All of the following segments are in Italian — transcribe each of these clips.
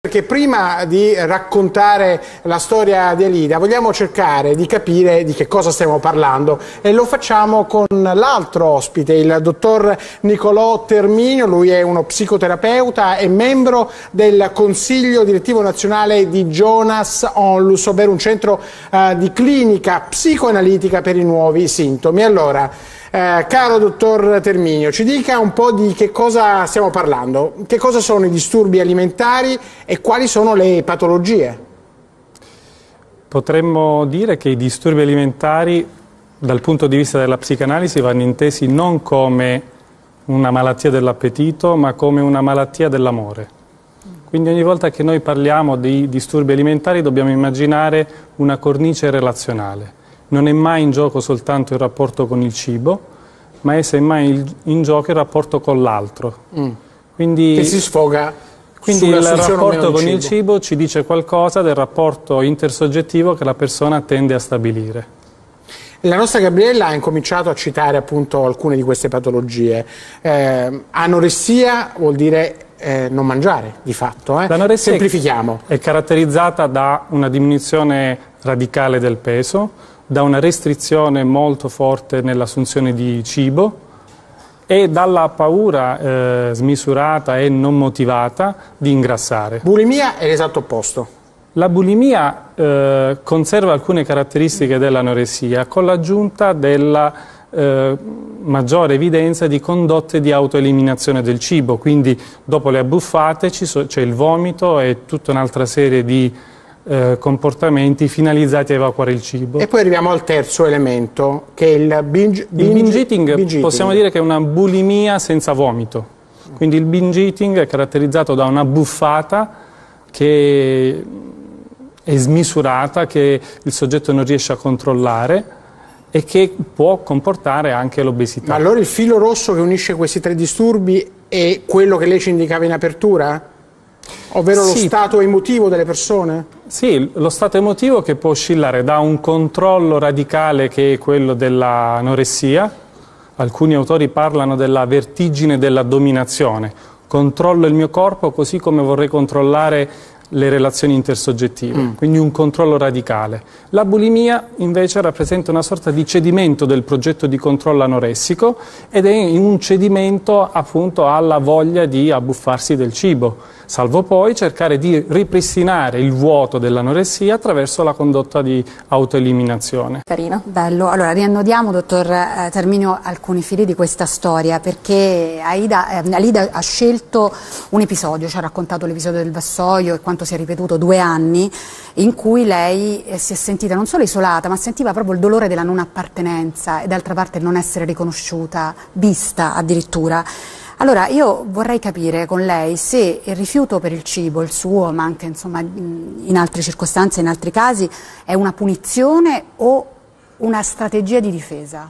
Perché prima di raccontare la storia di Alida vogliamo cercare di capire di che cosa stiamo parlando e lo facciamo con l'altro ospite, il dottor Nicolò Terminio. Lui è uno psicoterapeuta e membro del Consiglio Direttivo Nazionale di Jonas Onlus, ovvero un centro di clinica psicoanalitica per i nuovi sintomi. Allora, caro dottor Terminio, ci dica un po' di che cosa stiamo parlando, che cosa sono i disturbi alimentari e quali sono le patologie? Potremmo dire che i disturbi alimentari, dal punto di vista della psicanalisi, vanno intesi non come una malattia dell'appetito, ma come una malattia dell'amore. Quindi ogni volta che noi parliamo di disturbi alimentari dobbiamo immaginare una cornice relazionale. Non è mai in gioco soltanto il rapporto con il cibo, ma è semmai in gioco il rapporto con l'altro. Quindi, che si sfoga quindi il rapporto con il il cibo ci dice qualcosa del rapporto intersoggettivo che la persona tende a stabilire. La nostra Gabriella ha incominciato a citare appunto alcune di queste patologie. Anoressia vuol dire non mangiare, di fatto. L'anoressia semplifichiamo. È caratterizzata da una diminuzione radicale del peso, da una restrizione molto forte nell'assunzione di cibo e dalla paura smisurata e non motivata di ingrassare. Bulimia è l'esatto opposto. La bulimia conserva alcune caratteristiche dell'anoressia con l'aggiunta della maggiore evidenza di condotte di autoeliminazione del cibo, quindi dopo le abbuffate c'è il vomito e tutta un'altra serie di comportamenti finalizzati a evacuare il cibo. E poi arriviamo al terzo elemento, che è il binge eating. Possiamo dire che è una bulimia senza vomito. Quindi il binge eating è caratterizzato da una buffata che è smisurata, che il soggetto non riesce a controllare e che può comportare anche l'obesità. Ma allora il filo rosso che unisce questi tre disturbi è quello che lei ci indicava in apertura? Ovvero lo stato emotivo delle persone? Sì, lo stato emotivo che può oscillare da un controllo radicale che è quello dell'anoressia. Alcuni autori parlano della vertigine della dominazione. Controllo il mio corpo così come vorrei controllare le relazioni intersoggettive, quindi un controllo radicale. La bulimia invece rappresenta una sorta di cedimento del progetto di controllo anoressico ed è un cedimento appunto alla voglia di abbuffarsi del cibo, salvo poi cercare di ripristinare il vuoto dell'anoressia attraverso la condotta di autoeliminazione. Carino. Bello. Allora riannodiamo, dottor Terminio, alcuni fili di questa storia, perché Alida ha scelto un episodio, ci ha raccontato l'episodio del vassoio e quanto si è ripetuto 2 anni, in cui lei si è sentita non solo isolata, ma sentiva proprio il dolore della non appartenenza e d'altra parte il non essere riconosciuta, vista addirittura. Allora io vorrei capire con lei se il rifiuto per il cibo, il suo, ma anche insomma in altre circostanze, in altri casi, è una punizione o una strategia di difesa?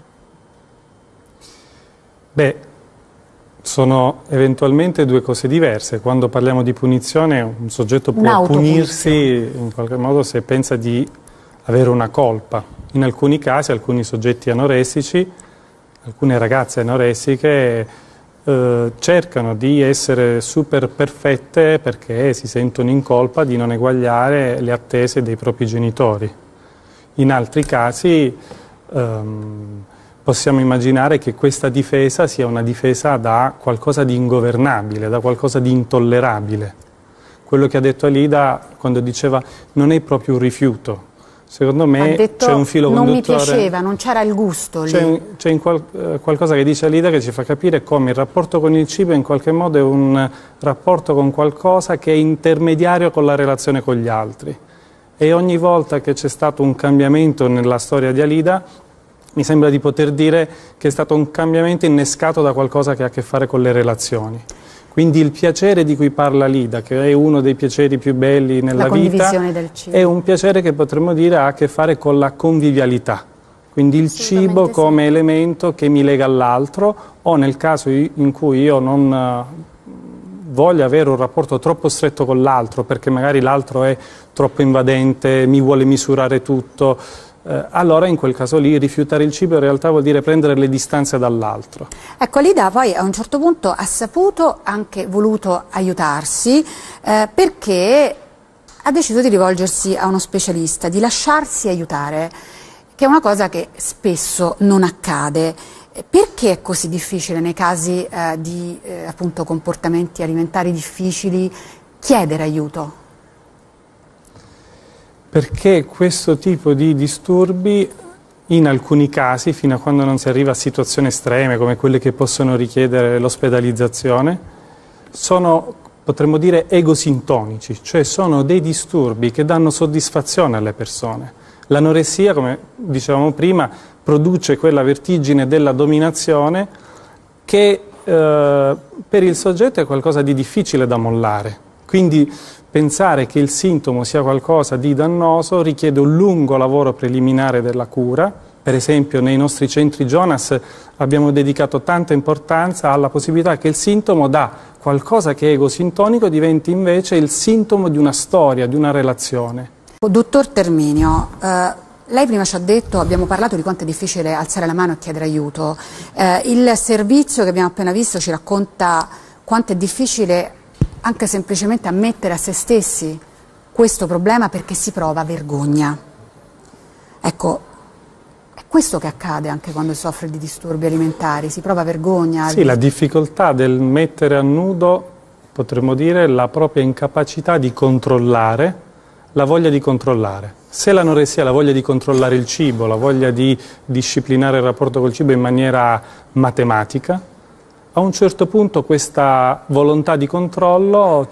Beh, sono eventualmente due cose diverse. Quando parliamo di punizione, un soggetto può punirsi in qualche modo se pensa di avere una colpa. In alcuni casi, alcuni soggetti anoressici, alcune ragazze anoressiche cercano di essere super perfette perché si sentono in colpa di non eguagliare le attese dei propri genitori. In altri casi possiamo immaginare che questa difesa sia una difesa da qualcosa di ingovernabile, da qualcosa di intollerabile. Quello che ha detto Alida quando diceva non è proprio un rifiuto. Secondo me c'è un filo conduttore. Non mi piaceva, non c'era il gusto lì. C'è qualcosa che dice Alida che ci fa capire come il rapporto con il cibo in qualche modo è un rapporto con qualcosa che è intermediario con la relazione con gli altri. E ogni volta che c'è stato un cambiamento nella storia di Alida, mi sembra di poter dire che è stato un cambiamento innescato da qualcosa che ha a che fare con le relazioni. Quindi il piacere di cui parla Alida, che è uno dei piaceri più belli nella vita, del cibo, è un piacere che potremmo dire ha a che fare con la convivialità. Quindi il cibo come elemento che mi lega all'altro, o nel caso in cui io non voglio avere un rapporto troppo stretto con l'altro, perché magari l'altro è troppo invadente, mi vuole misurare tutto, allora in quel caso lì rifiutare il cibo in realtà vuol dire prendere le distanze dall'altro. Ecco, Alida poi a un certo punto ha saputo, anche voluto aiutarsi, perché ha deciso di rivolgersi a uno specialista, di lasciarsi aiutare, che è una cosa che spesso non accade. Perché è così difficile nei casi di appunto comportamenti alimentari difficili chiedere aiuto? Perché questo tipo di disturbi, in alcuni casi, fino a quando non si arriva a situazioni estreme come quelle che possono richiedere l'ospedalizzazione, sono, potremmo dire, egosintonici, cioè sono dei disturbi che danno soddisfazione alle persone. L'anoressia, come dicevamo prima, produce quella vertigine della dominazione che per il soggetto è qualcosa di difficile da mollare. Quindi pensare che il sintomo sia qualcosa di dannoso richiede un lungo lavoro preliminare della cura. Per esempio nei nostri centri Jonas abbiamo dedicato tanta importanza alla possibilità che il sintomo da qualcosa che è egosintonico diventi invece il sintomo di una storia, di una relazione. Dottor Terminio, lei prima ci ha detto, abbiamo parlato di quanto è difficile alzare la mano e chiedere aiuto. Il servizio che abbiamo appena visto ci racconta quanto è difficile anche semplicemente ammettere a se stessi questo problema perché si prova vergogna. Ecco, è questo che accade anche quando si soffre di disturbi alimentari, si prova vergogna. Sì, la difficoltà del mettere a nudo, potremmo dire, la propria incapacità di controllare, la voglia di controllare. Se l'anoressia ha la voglia di controllare il cibo, la voglia di disciplinare il rapporto col cibo in maniera matematica, a un certo punto questa volontà di controllo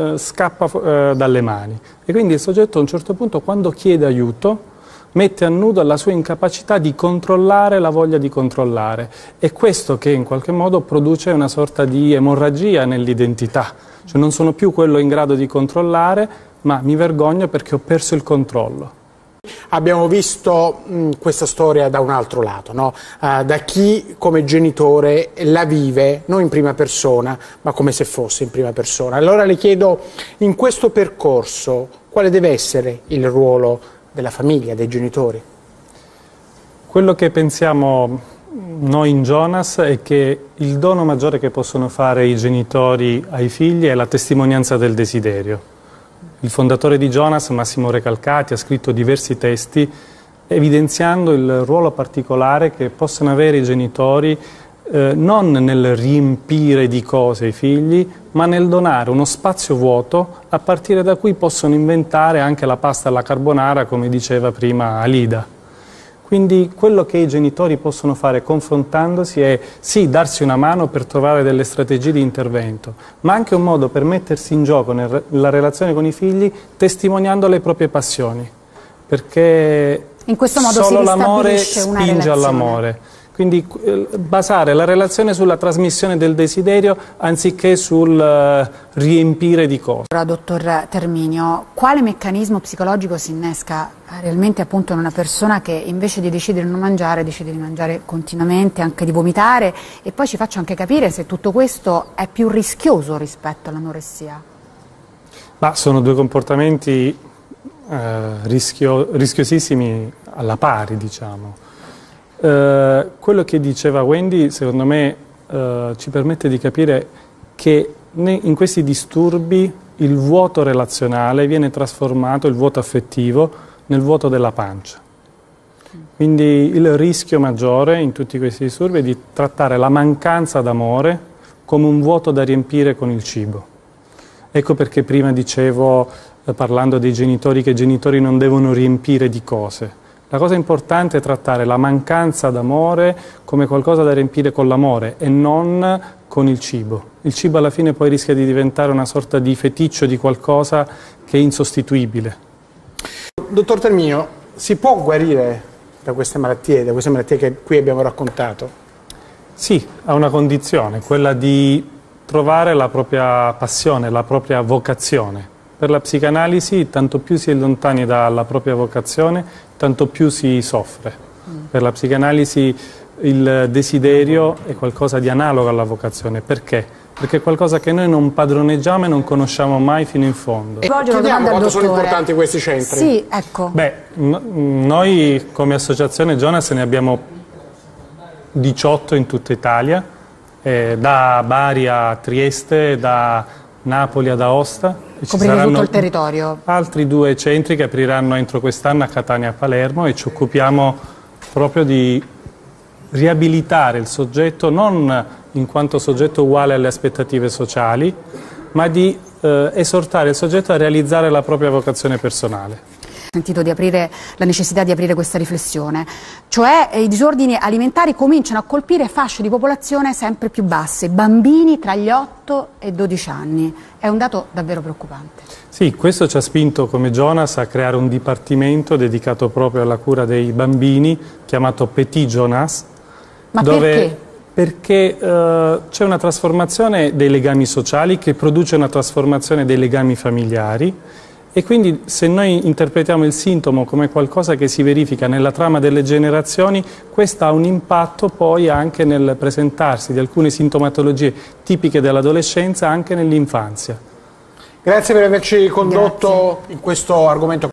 scappa dalle mani e quindi il soggetto a un certo punto, quando chiede aiuto, mette a nudo la sua incapacità di controllare la voglia di controllare. È questo che in qualche modo produce una sorta di emorragia nell'identità, cioè non sono più quello in grado di controllare, ma mi vergogno perché ho perso il controllo. Abbiamo visto questa storia da un altro lato, no? Da chi come genitore la vive non in prima persona, ma come se fosse in prima persona. Allora le chiedo, in questo percorso, quale deve essere il ruolo della famiglia, dei genitori? Quello che pensiamo noi in Jonas è che il dono maggiore che possono fare i genitori ai figli è la testimonianza del desiderio. Il fondatore di Jonas, Massimo Recalcati, ha scritto diversi testi evidenziando il ruolo particolare che possono avere i genitori non nel riempire di cose i figli, ma nel donare uno spazio vuoto a partire da cui possono inventare anche la pasta alla carbonara, come diceva prima Alida. Quindi quello che i genitori possono fare confrontandosi è sì, darsi una mano per trovare delle strategie di intervento, ma anche un modo per mettersi in gioco nella relazione con i figli testimoniando le proprie passioni, perché in questo modo solo si l'amore ristabilisce una spinge relazione. all'amore. Quindi basare la relazione sulla trasmissione del desiderio anziché sul riempire di cose. Allora, dottor Terminio, quale meccanismo psicologico si innesca realmente appunto in una persona che invece di decidere di non mangiare, decide di mangiare continuamente, anche di vomitare, e poi ci faccia anche capire se tutto questo è più rischioso rispetto all'anoressia? Ma sono due comportamenti rischiosissimi alla pari, diciamo. Quello che diceva Wendy, secondo me, ci permette di capire che in questi disturbi il vuoto relazionale viene trasformato, il vuoto affettivo, nel vuoto della pancia. Quindi il rischio maggiore in tutti questi disturbi è di trattare la mancanza d'amore come un vuoto da riempire con il cibo. Ecco perché prima dicevo, parlando dei genitori, che i genitori non devono riempire di cose. La cosa importante è trattare la mancanza d'amore come qualcosa da riempire con l'amore e non con il cibo. Il cibo alla fine poi rischia di diventare una sorta di feticcio di qualcosa che è insostituibile. Dottor Terminio, si può guarire da queste malattie che qui abbiamo raccontato? Sì, ha una condizione, quella di trovare la propria passione, la propria vocazione. Per la psicanalisi, tanto più si è lontani dalla propria vocazione, tanto più si soffre. Per la psicanalisi il desiderio è qualcosa di analogo alla vocazione. Perché? perché è qualcosa che noi non padroneggiamo e non conosciamo mai fino in fondo. E chiediamo quanto sono importanti questi centri. Sì, ecco. Beh, noi come associazione Jonas ne abbiamo 18 in tutta Italia, da Bari a Trieste, da Napoli ad Aosta. Coprire tutto il territorio. Altri 2 centri che apriranno entro quest'anno a Catania e a Palermo, e ci occupiamo proprio di riabilitare il soggetto non in quanto soggetto uguale alle aspettative sociali, ma di esortare il soggetto a realizzare la propria vocazione personale. Ho sentito la necessità di aprire questa riflessione, cioè i disordini alimentari cominciano a colpire fasce di popolazione sempre più basse, bambini tra gli 8 e i 12 anni. È un dato davvero preoccupante. Sì, questo ci ha spinto come Jonas a creare un dipartimento dedicato proprio alla cura dei bambini, chiamato Petit Jonas. Ma perché? Perché c'è una trasformazione dei legami sociali che produce una trasformazione dei legami familiari, e quindi se noi interpretiamo il sintomo come qualcosa che si verifica nella trama delle generazioni, questo ha un impatto poi anche nel presentarsi di alcune sintomatologie tipiche dell'adolescenza anche nell'infanzia. Grazie per averci condotto in questo argomento.